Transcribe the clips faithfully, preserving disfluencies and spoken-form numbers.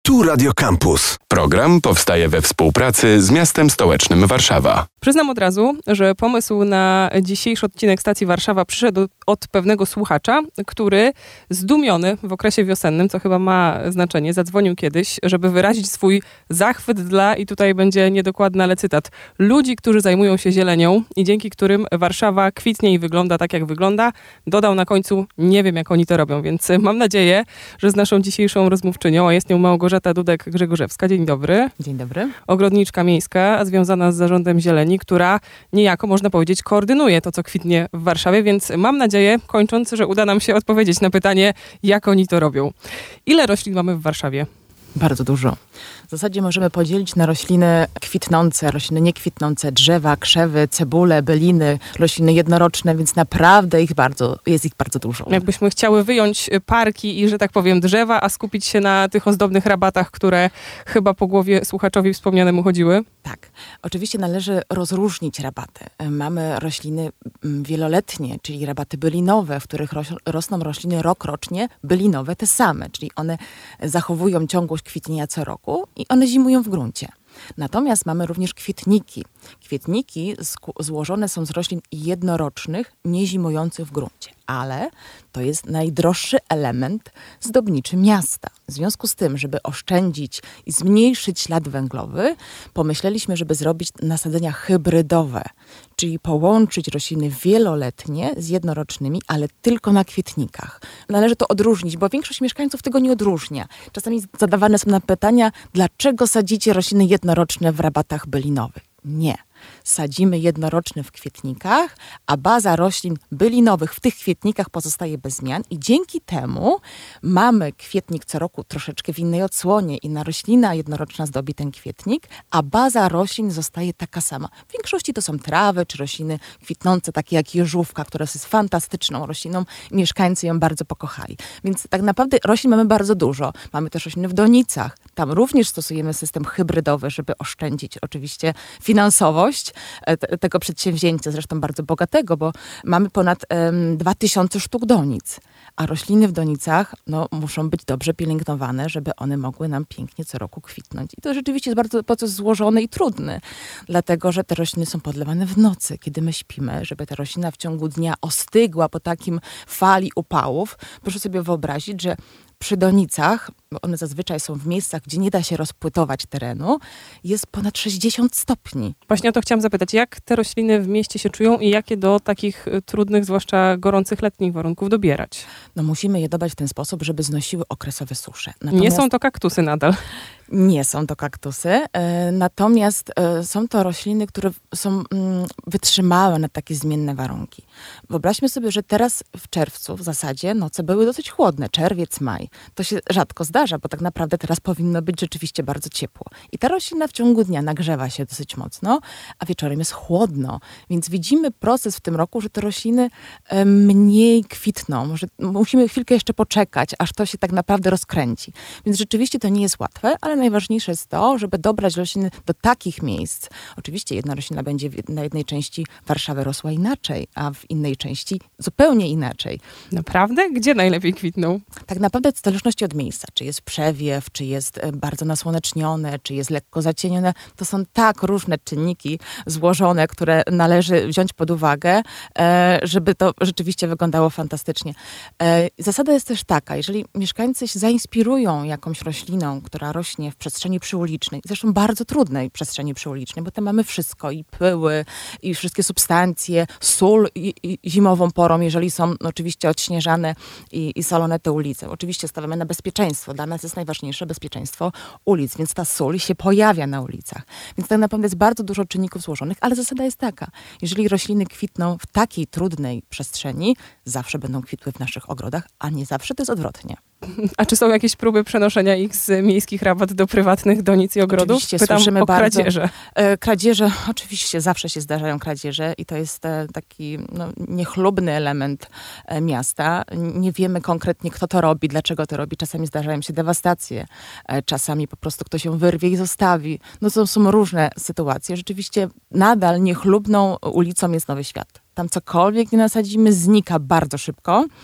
Tu Radio Campus. Program powstaje we współpracy z miastem stołecznym Warszawa. Przyznam od razu, że pomysł na dzisiejszy odcinek Stacji Warszawa przyszedł od pewnego słuchacza, który zdumiony w okresie wiosennym, co chyba ma znaczenie, zadzwonił kiedyś, żeby wyrazić swój zachwyt dla, i tutaj będzie niedokładny, ale cytat, ludzi, którzy zajmują się zielenią i dzięki którym Warszawa kwitnie i wygląda tak, jak wygląda. Dodał na końcu, nie wiem, jak oni to robią, więc mam nadzieję, że z naszą dzisiejszą rozmówczynią, a jest nią Małgorzata Dudek-Grzegorzewska. Dzień dobry. Dzień dobry. Ogrodniczka miejska, związana z Zarządem Zieleni, która niejako, można powiedzieć, koordynuje to, co kwitnie w Warszawie, więc mam nadzieję, kończąc, że uda nam się odpowiedzieć na pytanie, jak oni to robią. Ile roślin mamy w Warszawie? Bardzo dużo. W zasadzie możemy podzielić na rośliny kwitnące, rośliny niekwitnące, drzewa, krzewy, cebule, byliny, rośliny jednoroczne, więc naprawdę ich bardzo, jest ich bardzo dużo. Jakbyśmy chciały wyjąć parki i, że tak powiem, drzewa, a skupić się na tych ozdobnych rabatach, które chyba po głowie słuchaczowi wspomnianemu chodziły? Tak. Oczywiście należy rozróżnić rabaty. Mamy rośliny wieloletnie, czyli rabaty bylinowe, w których ros- rosną rośliny rokrocznie, bylinowe te same, czyli one zachowują ciągłość kwitnienia co roku i one zimują w gruncie. Natomiast mamy również kwietniki. Kwietniki sku- złożone są z roślin jednorocznych, niezimujących w gruncie. Ale to jest najdroższy element zdobniczy miasta. W związku z tym, żeby oszczędzić i zmniejszyć ślad węglowy, pomyśleliśmy, żeby zrobić nasadzenia hybrydowe, czyli połączyć rośliny wieloletnie z jednorocznymi, ale tylko na kwietnikach. Należy to odróżnić, bo większość mieszkańców tego nie odróżnia. Czasami zadawane są nam pytania, dlaczego sadzicie rośliny jednoroczne w rabatach bylinowych? Nie. Sadzimy jednoroczne w kwietnikach, a baza roślin bylinowych w tych kwietnikach pozostaje bez zmian i dzięki temu mamy kwietnik co roku troszeczkę w innej odsłonie. Inna roślina jednoroczna zdobi ten kwietnik, a baza roślin zostaje taka sama. W większości to są trawy czy rośliny kwitnące, takie jak jeżówka, która jest fantastyczną rośliną. Mieszkańcy ją bardzo pokochali. Więc tak naprawdę roślin mamy bardzo dużo. Mamy też rośliny w donicach. Tam również stosujemy system hybrydowy, żeby oszczędzić oczywiście finansowość Te, tego przedsięwzięcia, zresztą bardzo bogatego, bo mamy ponad um, dwa tysiące sztuk donic, a rośliny w donicach no, muszą być dobrze pielęgnowane, żeby one mogły nam pięknie co roku kwitnąć. I to rzeczywiście jest bardzo proces złożony i trudny, dlatego że te rośliny są podlewane w nocy, kiedy my śpimy, żeby ta roślina w ciągu dnia ostygła po takim fali upałów. Proszę sobie wyobrazić, że przy donicach, bo one zazwyczaj są w miejscach, gdzie nie da się rozpłytować terenu, jest ponad sześćdziesiąt stopni. Właśnie o to chciałam zapytać, jak te rośliny w mieście się czują i jak je do takich trudnych, zwłaszcza gorących letnich warunków dobierać? No musimy je dobrać w ten sposób, żeby znosiły okresowe susze. Natomiast nie są to kaktusy nadal. Nie są to kaktusy, e, natomiast e, są to rośliny, które są mm, wytrzymałe na takie zmienne warunki. Wyobraźmy sobie, że teraz w czerwcu w zasadzie noce były dosyć chłodne, czerwiec, maj. To się rzadko zdarza, bo tak naprawdę teraz powinno być rzeczywiście bardzo ciepło. I ta roślina w ciągu dnia nagrzewa się dosyć mocno, a wieczorem jest chłodno. Więc widzimy proces w tym roku, że te rośliny e, mniej kwitną, że musimy chwilkę jeszcze poczekać, aż to się tak naprawdę rozkręci. Więc rzeczywiście to nie jest łatwe, ale najważniejsze jest to, żeby dobrać rośliny do takich miejsc. Oczywiście jedna roślina będzie na jednej części Warszawy rosła inaczej, a w innej części zupełnie inaczej. Naprawdę? Gdzie najlepiej kwitną? Tak naprawdę w zależności od miejsca. Czy jest przewiew, czy jest bardzo nasłonecznione, czy jest lekko zacienione. To są tak różne czynniki złożone, które należy wziąć pod uwagę, żeby to rzeczywiście wyglądało fantastycznie. Zasada jest też taka, jeżeli mieszkańcy się zainspirują jakąś rośliną, która rośnie w przestrzeni przyulicznej, zresztą bardzo trudnej przestrzeni przyulicznej, bo tam mamy wszystko, i pyły, i wszystkie substancje, sól i, i zimową porą, jeżeli są no, oczywiście odśnieżane i, i solone te ulice. Oczywiście stawiamy na bezpieczeństwo. Dla nas jest najważniejsze bezpieczeństwo ulic, więc ta sól się pojawia na ulicach. Więc tak naprawdę jest bardzo dużo czynników złożonych, ale zasada jest taka, jeżeli rośliny kwitną w takiej trudnej przestrzeni, zawsze będą kwitły w naszych ogrodach, a nie zawsze to jest odwrotnie. A czy są jakieś próby przenoszenia ich z miejskich rabat do prywatnych donic i ogrodów? Oczywiście Pytam słyszymy o bardzo, kradzieże. E, kradzieże, oczywiście zawsze się zdarzają kradzieże i to jest e, taki no, niechlubny element e, miasta. Nie wiemy konkretnie, kto to robi, dlaczego to robi. Czasami zdarzają się dewastacje, e, czasami po prostu ktoś ją wyrwie i zostawi. No to są różne sytuacje. Rzeczywiście nadal niechlubną ulicą jest Nowy Świat. Tam cokolwiek nie nasadzimy, znika bardzo szybko.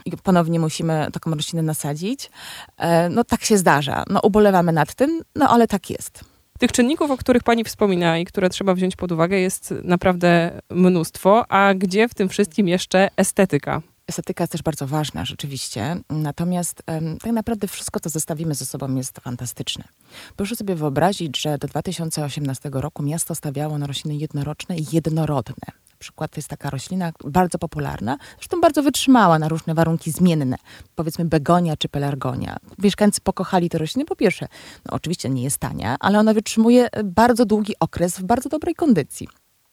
i ponownie musimy taką roślinę nasadzić. No tak się zdarza. No ubolewamy nad tym, no ale tak jest. Tych czynników, o których pani wspomina i które trzeba wziąć pod uwagę, jest naprawdę mnóstwo. A gdzie w tym wszystkim jeszcze estetyka? Estetyka jest też bardzo ważna, rzeczywiście. Natomiast um, tak naprawdę wszystko, co zestawimy ze sobą, jest fantastyczne. Proszę sobie wyobrazić, że do dwa tysiące osiemnastego roku miasto stawiało na rośliny jednoroczne i jednorodne. Na przykład to jest taka roślina bardzo popularna, zresztą bardzo wytrzymała na różne warunki zmienne. Powiedzmy begonia czy pelargonia. Mieszkańcy pokochali te rośliny. Po pierwsze, no oczywiście nie jest tania, ale ona wytrzymuje bardzo długi okres w bardzo dobrej kondycji.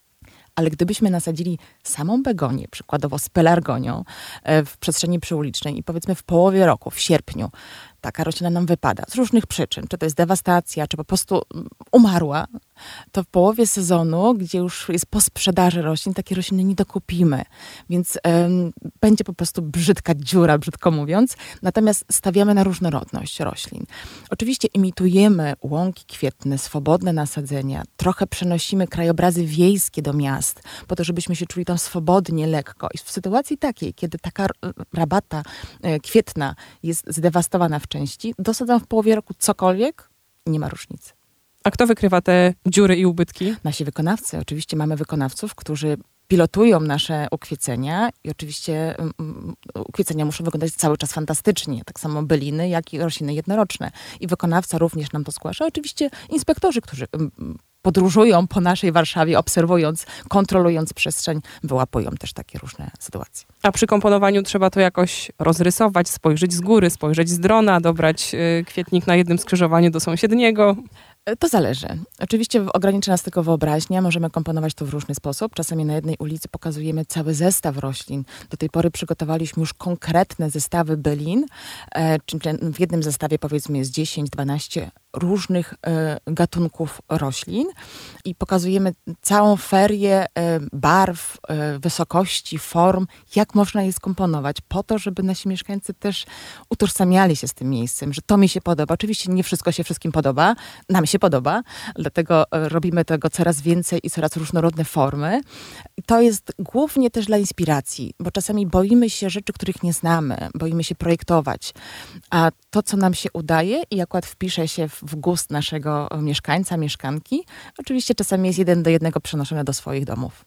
Ale gdybyśmy nasadzili samą begonię, przykładowo z pelargonią w przestrzeni przyulicznej i powiedzmy w połowie roku, w sierpniu, taka roślina nam wypada z różnych przyczyn, czy to jest dewastacja, czy po prostu umarła, to w połowie sezonu, gdzie już jest po sprzedaży roślin, takie rośliny nie dokupimy. Więc um, będzie po prostu brzydka dziura, brzydko mówiąc. Natomiast stawiamy na różnorodność roślin. Oczywiście imitujemy łąki kwietne, swobodne nasadzenia. Trochę przenosimy krajobrazy wiejskie do miast, po to, żebyśmy się czuli tam swobodnie, lekko. I w sytuacji takiej, kiedy taka rabata e, kwietna jest zdewastowana w części, dosadzam w połowie roku cokolwiek, nie ma różnicy. A kto wykrywa te dziury i ubytki? Nasi wykonawcy. Oczywiście mamy wykonawców, którzy pilotują nasze ukwiecenia i oczywiście um, ukwiecenia muszą wyglądać cały czas fantastycznie. Tak samo byliny, jak i rośliny jednoroczne. I wykonawca również nam to zgłasza. Oczywiście inspektorzy, którzy um, podróżują po naszej Warszawie, obserwując, kontrolując przestrzeń, wyłapują też takie różne sytuacje. A przy komponowaniu trzeba to jakoś rozrysować, spojrzeć z góry, spojrzeć z drona, dobrać y, kwietnik na jednym skrzyżowaniu do sąsiedniego. To zależy. Oczywiście ogranicza nas tylko wyobraźnia. Możemy komponować to w różny sposób. Czasami na jednej ulicy pokazujemy cały zestaw roślin. Do tej pory przygotowaliśmy już konkretne zestawy bylin. E, czyli w jednym zestawie powiedzmy jest dziesięć dwanaście różnych e, gatunków roślin i pokazujemy całą ferię e, barw, e, wysokości, form, jak można je skomponować po to, żeby nasi mieszkańcy też utożsamiali się z tym miejscem, że to mi się podoba. Oczywiście nie wszystko się wszystkim podoba. Nam się podoba, dlatego robimy tego coraz więcej i coraz różnorodne formy. I to jest głównie też dla inspiracji, bo czasami boimy się rzeczy, których nie znamy, boimy się projektować, a to, co nam się udaje i akurat wpisze się w gust naszego mieszkańca, mieszkanki, oczywiście czasami jest jeden do jednego przenoszone do swoich domów.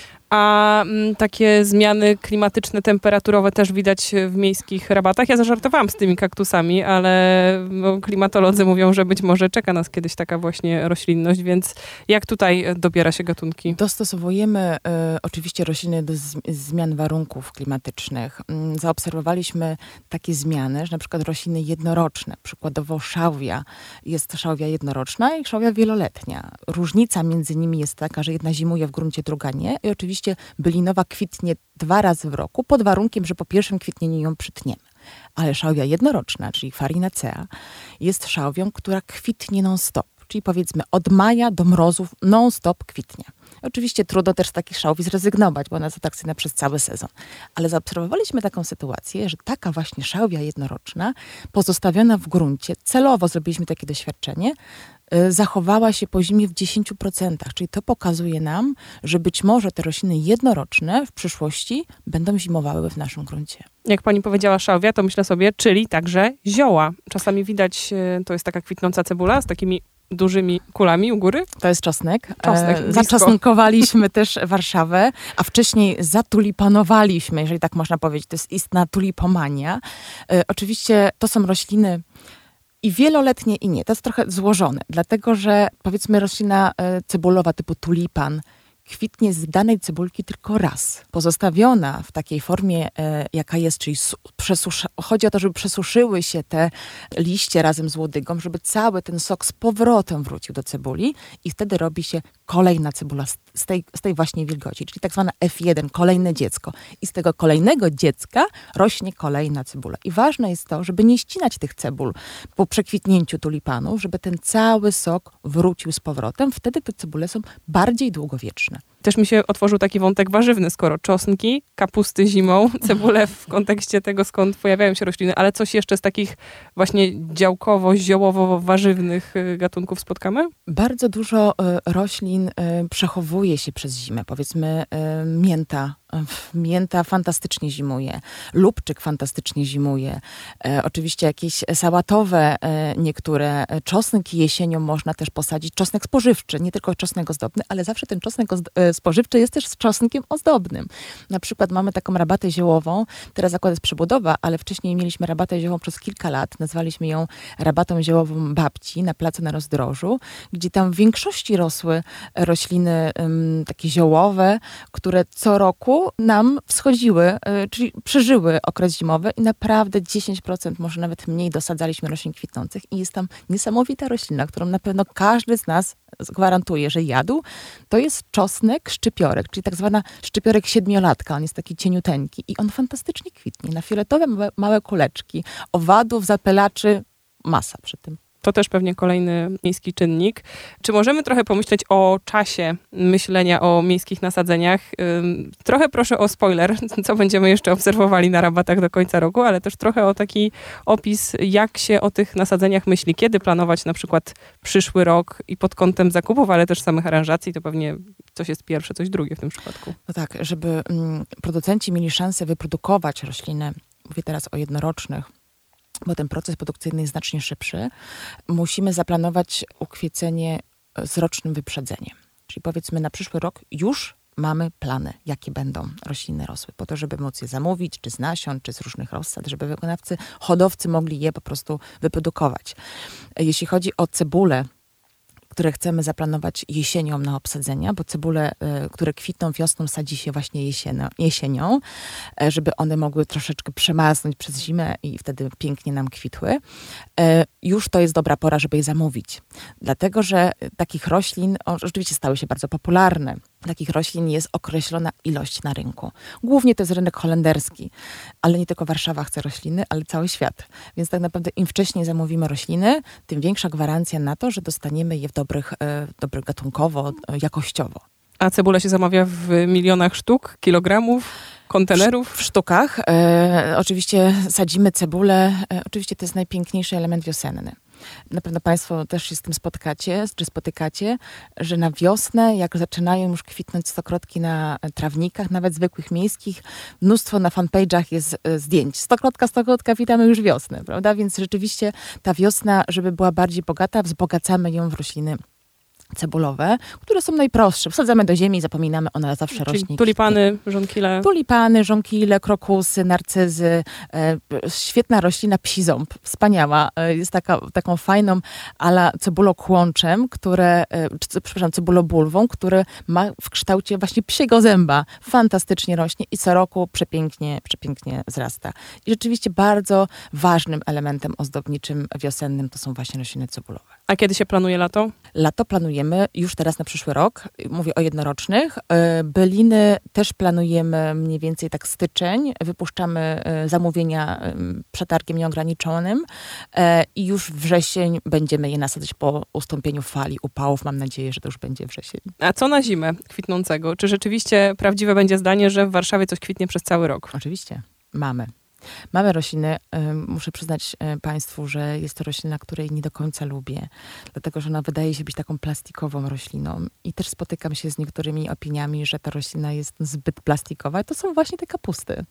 A m, takie zmiany klimatyczne, temperaturowe też widać w miejskich rabatach. Ja zażartowałam z tymi kaktusami, ale no, klimatolodzy mówią, że być może czeka nas kiedyś taka właśnie roślinność, więc jak tutaj dobiera się gatunki? Dostosowujemy y, oczywiście rośliny do z, zmian warunków klimatycznych. Y, zaobserwowaliśmy takie zmiany, że na przykład rośliny jednoroczne, przykładowo szałwia, jest szałwia jednoroczna i szałwia wieloletnia. Różnica między nimi jest taka, że jedna zimuje w gruncie, druga nie i oczywiście bylinowa kwitnie dwa razy w roku, pod warunkiem, że po pierwszym kwitnieniu ją przytniemy. Ale szałwia jednoroczna, czyli Farinacea, jest szałwią, która kwitnie non-stop. Czyli powiedzmy od maja do mrozów non-stop kwitnie. Oczywiście trudno też z takich szałwi zrezygnować, bo ona jest atrakcyjna przez cały sezon. Ale zaobserwowaliśmy taką sytuację, że taka właśnie szałwia jednoroczna, pozostawiona w gruncie, celowo zrobiliśmy takie doświadczenie, zachowała się po zimie w dziesięciu procentach. Czyli to pokazuje nam, że być może te rośliny jednoroczne w przyszłości będą zimowały w naszym gruncie. Jak pani powiedziała szałwia, to myślę sobie, czyli także zioła. Czasami widać, to jest taka kwitnąca cebula z takimi dużymi kulami u góry. To jest czosnek. Czosnek e, zaczosnkowaliśmy też Warszawę, a wcześniej zatulipanowaliśmy, jeżeli tak można powiedzieć. To jest istna tulipomania. E, oczywiście to są rośliny i wieloletnie, i nie. To jest trochę złożone, dlatego że powiedzmy roślina e, cebulowa typu tulipan kwitnie z danej cebulki tylko raz. Pozostawiona w takiej formie, e, jaka jest, czyli su- przesusza- chodzi o to, żeby przesuszyły się te liście razem z łodygą, żeby cały ten sok z powrotem wrócił do cebuli i wtedy robi się kolejna cebula z, z, tej, z tej właśnie wilgoci, czyli tak zwana F jeden, kolejne dziecko. I z tego kolejnego dziecka rośnie kolejna cebula. I ważne jest to, żeby nie ścinać tych cebul po przekwitnięciu tulipanów, żeby ten cały sok wrócił z powrotem. Wtedy te cebule są bardziej długowieczne. Też mi się otworzył taki wątek warzywny, skoro czosnki, kapusty zimą, cebule w kontekście tego, skąd pojawiają się rośliny, ale coś jeszcze z takich właśnie działkowo-ziołowo-warzywnych gatunków spotkamy? Bardzo dużo roślin przechowuje się przez zimę. Powiedzmy mięta. Mięta fantastycznie zimuje. Lubczyk fantastycznie zimuje. E, oczywiście jakieś sałatowe e, niektóre. Czosnki jesienią można też posadzić. Czosnek spożywczy, nie tylko czosnek ozdobny, ale zawsze ten czosnek ozd- e, spożywczy jest też z czosnkiem ozdobnym. Na przykład mamy taką rabatę ziołową. Teraz akurat jest przebudowa, ale wcześniej mieliśmy rabatę ziołową przez kilka lat. Nazwaliśmy ją rabatą ziołową babci na placu na Rozdrożu, gdzie tam w większości rosły rośliny um, takie ziołowe, które co roku nam wschodziły, czyli przeżyły okres zimowy i naprawdę dziesięć procent, może nawet mniej dosadzaliśmy roślin kwitnących i jest tam niesamowita roślina, którą na pewno każdy z nas gwarantuje, że jadł. To jest czosnek szczypiorek, czyli tak zwana szczypiorek siedmiolatka. On jest taki cieniuteńki i on fantastycznie kwitnie. Na fioletowe małe, małe kuleczki, owadów, zapylaczy, masa przy tym. To też pewnie kolejny miejski czynnik. Czy możemy trochę pomyśleć o czasie myślenia o miejskich nasadzeniach? Trochę proszę o spoiler, co będziemy jeszcze obserwowali na rabatach do końca roku, ale też trochę o taki opis, jak się o tych nasadzeniach myśli. Kiedy planować na przykład przyszły rok i pod kątem zakupów, ale też samych aranżacji, to pewnie coś jest pierwsze, coś drugie w tym przypadku. No tak, żeby mm, producenci mieli szansę wyprodukować rośliny, mówię teraz o jednorocznych, bo ten proces produkcyjny jest znacznie szybszy, musimy zaplanować ukwiecenie z rocznym wyprzedzeniem. Czyli powiedzmy na przyszły rok już mamy plany, jakie będą rośliny rosły, po to, żeby móc je zamówić, czy z nasion, czy z różnych rozsad, żeby wykonawcy, hodowcy mogli je po prostu wyprodukować. Jeśli chodzi o cebulę, które chcemy zaplanować jesienią na obsadzenia, bo cebule, y, które kwitną wiosną, sadzi się właśnie jesienią, jesienią, żeby one mogły troszeczkę przemaznąć przez zimę i wtedy pięknie nam kwitły. Y, już to jest dobra pora, żeby je zamówić. Dlatego, że takich roślin, o, rzeczywiście stały się bardzo popularne. Takich roślin jest określona ilość na rynku. Głównie to jest rynek holenderski, ale nie tylko Warszawa chce rośliny, ale cały świat. Więc tak naprawdę im wcześniej zamówimy rośliny, tym większa gwarancja na to, że dostaniemy je w dobrych, dobrych gatunkowo, jakościowo. A cebula się zamawia w milionach sztuk, kilogramów, kontenerów? W sztukach. E, oczywiście sadzimy cebulę. E, oczywiście to jest najpiękniejszy element wiosenny. Na pewno Państwo też się z tym spotkacie, czy spotykacie, że na wiosnę, jak zaczynają już kwitnąć stokrotki na trawnikach, nawet zwykłych miejskich, mnóstwo na fanpage'ach jest zdjęć. Stokrotka, stokrotka, witamy już wiosnę, prawda? Więc rzeczywiście ta wiosna, żeby była bardziej bogata, wzbogacamy ją w rośliny cebulowe, które są najprostsze. Wsadzamy do ziemi i zapominamy, ona zawsze Czyli rośnie. tulipany, żonkile. Tulipany, żonkile, krokusy, narcyzy. E, świetna roślina psi ząb. Wspaniała. E, jest taka, taką fajną ala cebulokłączem, które, e, czy, przepraszam, cebulobulwą, który ma w kształcie właśnie psiego zęba. Fantastycznie rośnie i co roku przepięknie, przepięknie wzrasta. I rzeczywiście bardzo ważnym elementem ozdobniczym wiosennym to są właśnie rośliny cebulowe. A kiedy się planuje lato? Lato planujemy już teraz na przyszły rok. Mówię o jednorocznych. Byliny też planujemy mniej więcej tak styczeń. Wypuszczamy zamówienia przetargiem nieograniczonym i już wrzesień będziemy je nasadzać po ustąpieniu fali upałów. Mam nadzieję, że to już będzie wrzesień. A co na zimę kwitnącego? Czy rzeczywiście prawdziwe będzie zdanie, że w Warszawie coś kwitnie przez cały rok? Oczywiście. Mamy. Mamy rośliny, muszę przyznać Państwu, że jest to roślina, której nie do końca lubię, dlatego że ona wydaje się być taką plastikową rośliną i też spotykam się z niektórymi opiniami, że ta roślina jest zbyt plastikowa. To są właśnie te kapusty.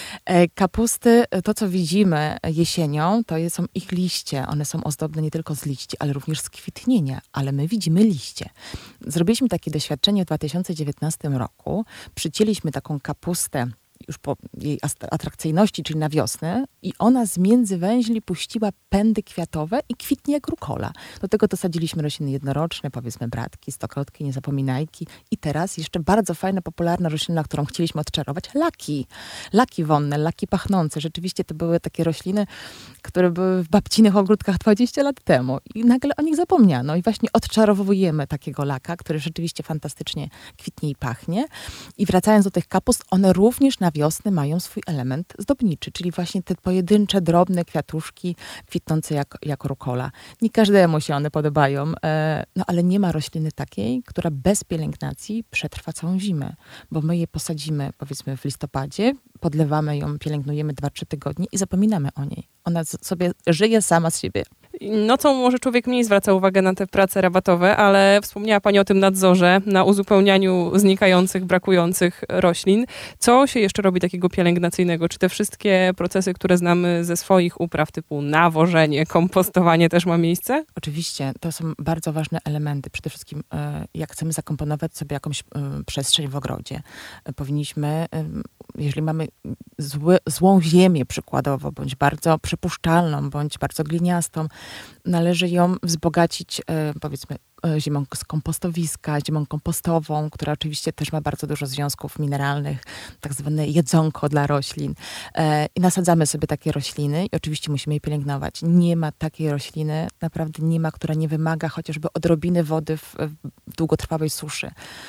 Kapusty, to co widzimy jesienią, to są ich liście. One są ozdobne nie tylko z liści, ale również z kwitnienia, ale my widzimy liście. Zrobiliśmy takie doświadczenie w dwa tysiące dziewiętnastym roku. Przycięliśmy taką kapustę już po jej atrakcyjności, czyli na wiosnę, i ona z międzywęźli puściła pędy kwiatowe i kwitnie jak rukola. Do tego dosadziliśmy rośliny jednoroczne, powiedzmy bratki, stokrotki, niezapominajki i teraz jeszcze bardzo fajna, popularna roślina, którą chcieliśmy odczarować, laki. Laki wonne, laki pachnące. Rzeczywiście to były takie rośliny, które były w babcinych ogródkach dwadzieścia lat temu i nagle o nich zapomniano i właśnie odczarowujemy takiego laka, który rzeczywiście fantastycznie kwitnie i pachnie. I wracając do tych kapust, one również na wiosny mają swój element zdobniczy, czyli właśnie te pojedyncze, drobne kwiatuszki kwitnące jak, jak rukola. Nie każdemu się one podobają, e, no ale nie ma rośliny takiej, która bez pielęgnacji przetrwa całą zimę, bo my je posadzimy powiedzmy w listopadzie, podlewamy ją, pielęgnujemy dwa trzy tygodnie i zapominamy o niej. Ona sobie żyje sama z siebie. Nocą może człowiek mniej zwraca uwagę na te prace rabatowe, ale wspomniała Pani o tym nadzorze, na uzupełnianiu znikających, brakujących roślin. Co się jeszcze robi takiego pielęgnacyjnego? Czy te wszystkie procesy, które znamy ze swoich upraw, typu nawożenie, kompostowanie też ma miejsce? Oczywiście, to są bardzo ważne elementy. Przede wszystkim, jak chcemy zakomponować sobie jakąś przestrzeń w ogrodzie, powinniśmy, jeżeli mamy zły, złą ziemię przykładowo, bądź bardzo przypuszczalną, bądź bardzo gliniastą, należy ją wzbogacić, powiedzmy, ziemią z kompostowiska, ziemią kompostową, która oczywiście też ma bardzo dużo związków mineralnych, tak zwane jedzonko dla roślin. I nasadzamy sobie takie rośliny i oczywiście musimy je pielęgnować. Nie ma takiej rośliny, naprawdę nie ma, która nie wymaga chociażby odrobiny wody w, w długotrwałej suszy.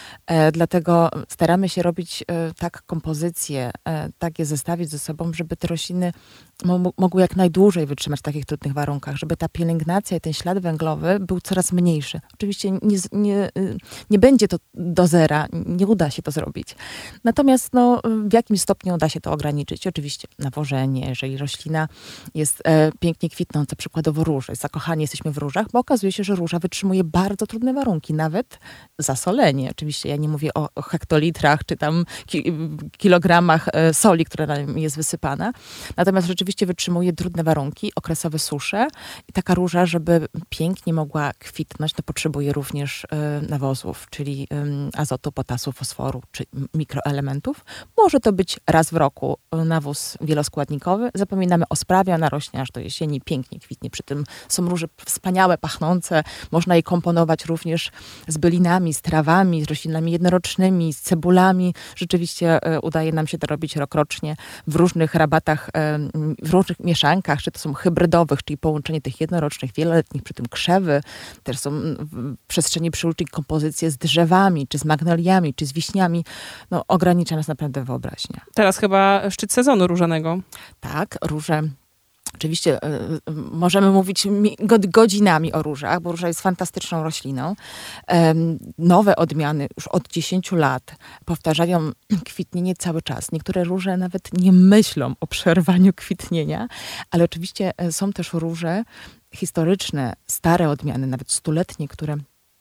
Dlatego staramy się robić tak kompozycję, tak je zestawić ze sobą, żeby te rośliny mogły jak najdłużej wytrzymać w takich trudnych warunkach, żeby ta pielęgnacja i ten ślad węglowy był coraz mniejszy. Oczywiście nie, nie, nie będzie to do zera, nie uda się to zrobić. Natomiast no, w jakimś stopniu da się to ograniczyć. Oczywiście nawożenie, jeżeli roślina jest e, pięknie kwitnąca, przykładowo róże. Zakochani jesteśmy w różach, bo okazuje się, że róża wytrzymuje bardzo trudne warunki, nawet zasolenie. Oczywiście ja nie mówię o, o hektolitrach, czy tam ki, kilogramach e, soli, która nam jest wysypana. Natomiast rzeczywiście wytrzymuje trudne warunki, okresowe susze i taka róża, żeby pięknie mogła kwitnąć, to potrzebuje również y, nawozów, czyli y, azotu, potasu, fosforu, czy mikroelementów. Może to być raz w roku nawóz wieloskładnikowy. Zapominamy o sprawie, ona rośnie aż do jesieni, pięknie kwitnie. Przy tym są róże wspaniałe, pachnące. Można je komponować również z bylinami, z trawami, z roślinami jednorocznymi, z cebulami. Rzeczywiście y, udaje nam się to robić rokrocznie w różnych rabatach, y, w różnych mieszankach, czy to są hybrydowych, czyli połączenie tych jednorocznych, wieloletnich, przy tym krzewy. Też są w przestrzeni przyucznej kompozycje z drzewami, czy z magnoliami, czy z wiśniami. No, ogranicza nas naprawdę wyobraźnia. Teraz chyba szczyt sezonu różanego. Tak, róże. Oczywiście y, y, możemy mówić mi, god, godzinami o różach, bo róża jest fantastyczną rośliną. Um, nowe odmiany już od dziesięciu lat powtarzają kwitnienie cały czas. Niektóre róże nawet nie myślą o przerwaniu kwitnienia, ale oczywiście są też róże historyczne, stare odmiany, nawet stuletnie, które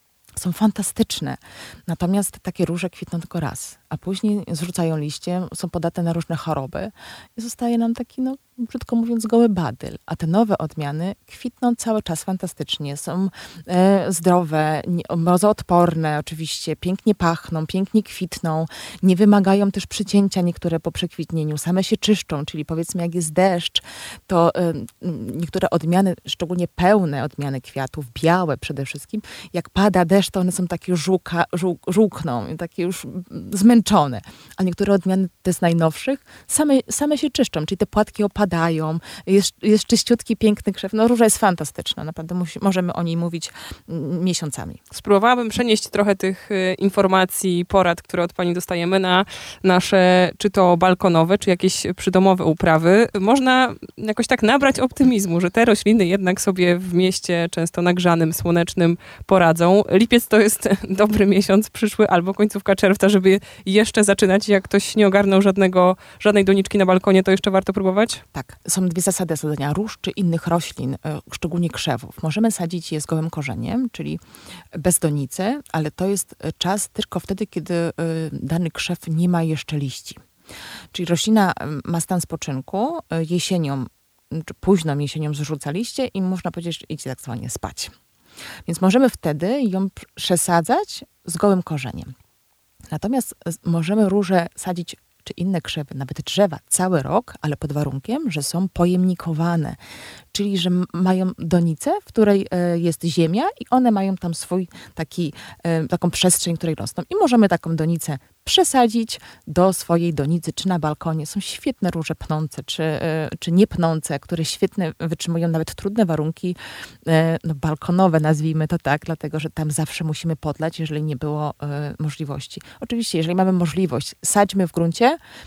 są fantastyczne. Natomiast takie róże kwitną tylko raz, a później zrzucają liście, są podatne na różne choroby i zostaje nam taki, no brzydko mówiąc, goły badyl. A te nowe odmiany kwitną cały czas fantastycznie. Są e, zdrowe, nie, mrozoodporne oczywiście, pięknie pachną, pięknie kwitną, nie wymagają też przycięcia niektóre po przekwitnieniu, same się czyszczą, czyli powiedzmy jak jest deszcz, to e, niektóre odmiany, szczególnie pełne odmiany kwiatów, białe przede wszystkim, jak pada deszcz, to one są takie żółka, żół, żółkną, takie już zmęczone. A niektóre odmiany, te z najnowszych, same, same się czyszczą, czyli te płatki opadają, jest, jest czyściutki, piękny krzew. No róża jest fantastyczna, naprawdę musi, możemy o niej mówić miesiącami. Spróbowałabym przenieść trochę tych y, informacji, porad, które od Pani dostajemy na nasze, czy to balkonowe, czy jakieś przydomowe uprawy. Można jakoś tak nabrać optymizmu, że te rośliny jednak sobie w mieście często nagrzanym, słonecznym poradzą. Lipiec to jest dobry miesiąc przyszły, albo końcówka czerwca, żeby jeszcze zaczynać. Jak ktoś nie ogarnął żadnego, żadnej doniczki na balkonie, to jeszcze warto próbować? Tak. Są dwie zasady sadzenia róż czy innych roślin, szczególnie krzewów. Możemy sadzić je z gołym korzeniem, czyli bez donicy, ale to jest czas tylko wtedy, kiedy dany krzew nie ma jeszcze liści. Czyli roślina ma stan spoczynku, jesienią, czy późną jesienią zrzuca liście i można powiedzieć, że idzie tak zwanie spać. Więc możemy wtedy ją przesadzać z gołym korzeniem. Natomiast możemy róże sadzić, czy inne krzewy, nawet drzewa, cały rok, ale pod warunkiem, że są pojemnikowane. Czyli, że mają donicę, w której jest ziemia i one mają tam swój taki, taką przestrzeń, w której rosną. I możemy taką donicę przesadzić do swojej donicy, czy na balkonie. Są świetne róże pnące, czy, czy niepnące, które świetnie wytrzymują nawet trudne warunki no, balkonowe, nazwijmy to tak, dlatego, że tam zawsze musimy podlać, jeżeli nie było możliwości. Oczywiście, jeżeli mamy możliwość, sadźmy w gruncie,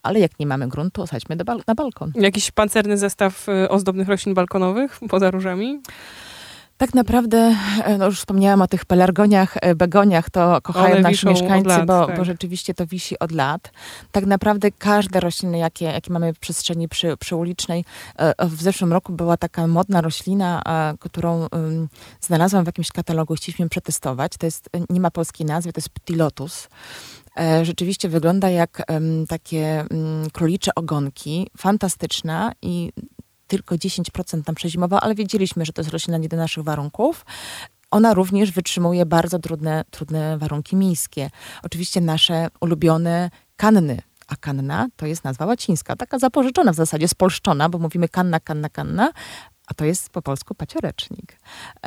ale jak nie mamy gruntu, osadźmy do bal- na balkon. Jakiś pancerny zestaw y, ozdobnych roślin balkonowych poza różami? Tak naprawdę, no już wspomniałam o tych pelargoniach, begoniach, to kochają One nasi wiszą od mieszkańcy, lat, bo, tak. bo rzeczywiście to wisi od lat. Tak naprawdę każde rośliny, jakie, jakie mamy w przestrzeni przy, przyulicznej, w zeszłym roku była taka modna roślina, którą um, znalazłam w jakimś katalogu, chcieliśmy przetestować. To jest, nie ma polskiej nazwy, to jest ptilotus. Rzeczywiście wygląda jak um, takie um, królicze ogonki, fantastyczna i tylko dziesięć procent tam przezimowała, ale wiedzieliśmy, że to jest roślina nie do naszych warunków. Ona również wytrzymuje bardzo trudne, trudne warunki miejskie. Oczywiście nasze ulubione kanny, a kanna to jest nazwa łacińska, taka zapożyczona w zasadzie, spolszczona, bo mówimy kanna, kanna, kanna, a to jest po polsku paciorecznik.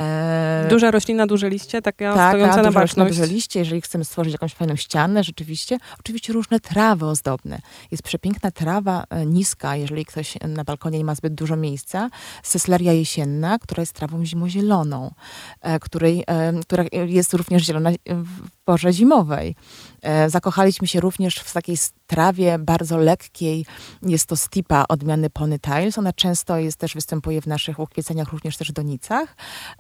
E... Duża roślina, duże liście, taka tak, stojąca na duża roślina, baczność. duże liście, jeżeli chcemy stworzyć jakąś fajną ścianę, rzeczywiście. Oczywiście różne trawy ozdobne. Jest przepiękna trawa e, niska, jeżeli ktoś na balkonie nie ma zbyt dużo miejsca. Sesleria jesienna, która jest trawą zimozieloną, e, której, e, która jest również zielona w porze zimowej. E, zakochaliśmy się również w takiej trawie bardzo lekkiej. Jest to stipa odmiany ponytails. Ona często jest też, występuje w naszych ukwieceniach, również też w donicach.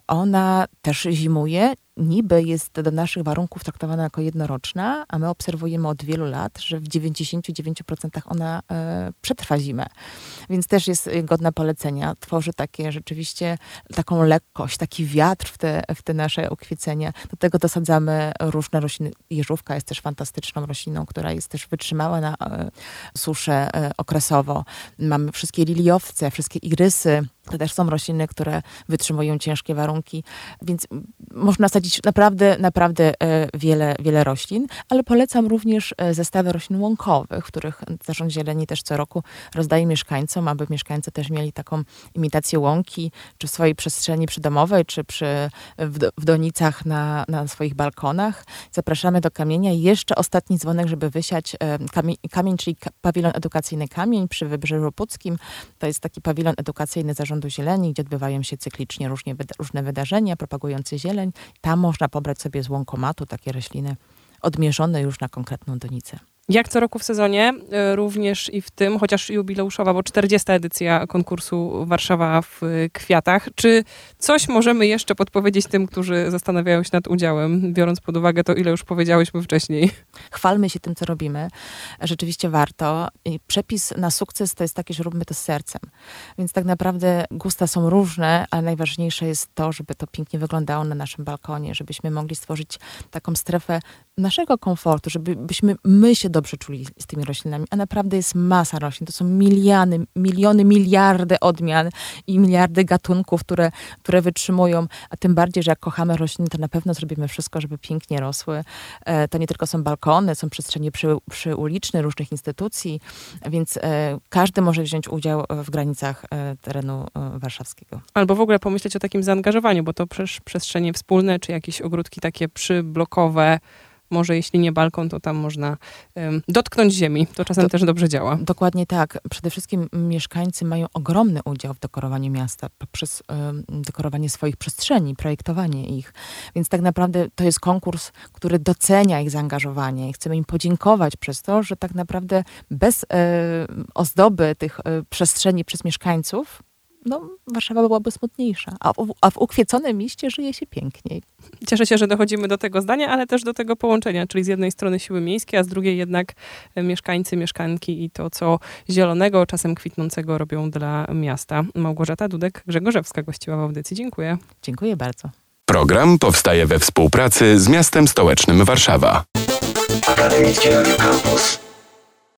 Ona też zimuje. Niby jest do naszych warunków traktowana jako jednoroczna, a my obserwujemy od wielu lat, że w dziewięćdziesiąt dziewięć procent ona e, przetrwa zimę. Więc też jest godna polecenia. Tworzy takie rzeczywiście taką lekkość, taki wiatr w te, w te nasze ukwiecenia. Do tego dosadzamy różne rośliny. Jeżówka jest też fantastyczną rośliną, która jest też wytrzymała na e, suszę e, okresowo. Mamy wszystkie liliowce, wszystkie irysy. To też są rośliny, które wytrzymują ciężkie warunki, więc można sadzić naprawdę, naprawdę wiele, wiele roślin, ale polecam również zestawy roślin łąkowych, których Zarząd Zieleni też co roku rozdaje mieszkańcom, aby mieszkańcy też mieli taką imitację łąki, czy w swojej przestrzeni przydomowej, czy przy, w, w donicach na, na swoich balkonach. Zapraszamy do Kamienia. I jeszcze ostatni dzwonek, żeby wysiać kamień, kamień, czyli pawilon edukacyjny Kamień przy Wybrzeżu Puckim. To jest taki pawilon edukacyjny Zarządu Zieleni, gdzie odbywają się cyklicznie różnie, różne wydarzenia propagujące zieleń. Tam można pobrać sobie z łąkomatu takie rośliny odmierzone już na konkretną donicę. Jak co roku w sezonie, również i w tym, chociaż jubileuszowa, bo czterdziesta edycja konkursu Warszawa w kwiatach. Czy coś możemy jeszcze podpowiedzieć tym, którzy zastanawiają się nad udziałem, biorąc pod uwagę to, ile już powiedziałyśmy wcześniej? Chwalmy się tym, co robimy. Rzeczywiście warto. I przepis na sukces to jest taki, że róbmy to z sercem. Więc tak naprawdę gusta są różne, ale najważniejsze jest to, żeby to pięknie wyglądało na naszym balkonie, żebyśmy mogli stworzyć taką strefę naszego komfortu, żebyśmy my się dobrze czuli z tymi roślinami, a naprawdę jest masa roślin. To są miliony, miliony, miliardy odmian i miliardy gatunków, które, które wytrzymują, a tym bardziej, że jak kochamy rośliny, to na pewno zrobimy wszystko, żeby pięknie rosły. E, to nie tylko są balkony, są przestrzenie przy, przyuliczne różnych instytucji, więc e, każdy może wziąć udział w granicach e, terenu e, warszawskiego. Albo w ogóle pomyśleć o takim zaangażowaniu, bo to przecież przestrzenie wspólne, czy jakieś ogródki takie przyblokowe, może jeśli nie balkon, to tam można um, dotknąć ziemi. To czasem to, też dobrze działa. Dokładnie tak. Przede wszystkim mieszkańcy mają ogromny udział w dekorowaniu miasta poprzez um, dekorowanie swoich przestrzeni, projektowanie ich. Więc tak naprawdę to jest konkurs, który docenia ich zaangażowanie i chcemy im podziękować przez to, że tak naprawdę bez e, ozdoby tych e, przestrzeni przez mieszkańców no, Warszawa byłaby smutniejsza. A w, a w ukwieconym mieście żyje się piękniej. Cieszę się, że dochodzimy do tego zdania, ale też do tego połączenia, czyli z jednej strony siły miejskie, a z drugiej jednak mieszkańcy, mieszkanki i to, co zielonego, czasem kwitnącego robią dla miasta. Małgorzata Dudek-Grzegorzewska gościła w audycji. Dziękuję. Dziękuję bardzo. Program powstaje we współpracy z miastem stołecznym Warszawa. Akademickie Radio Campus.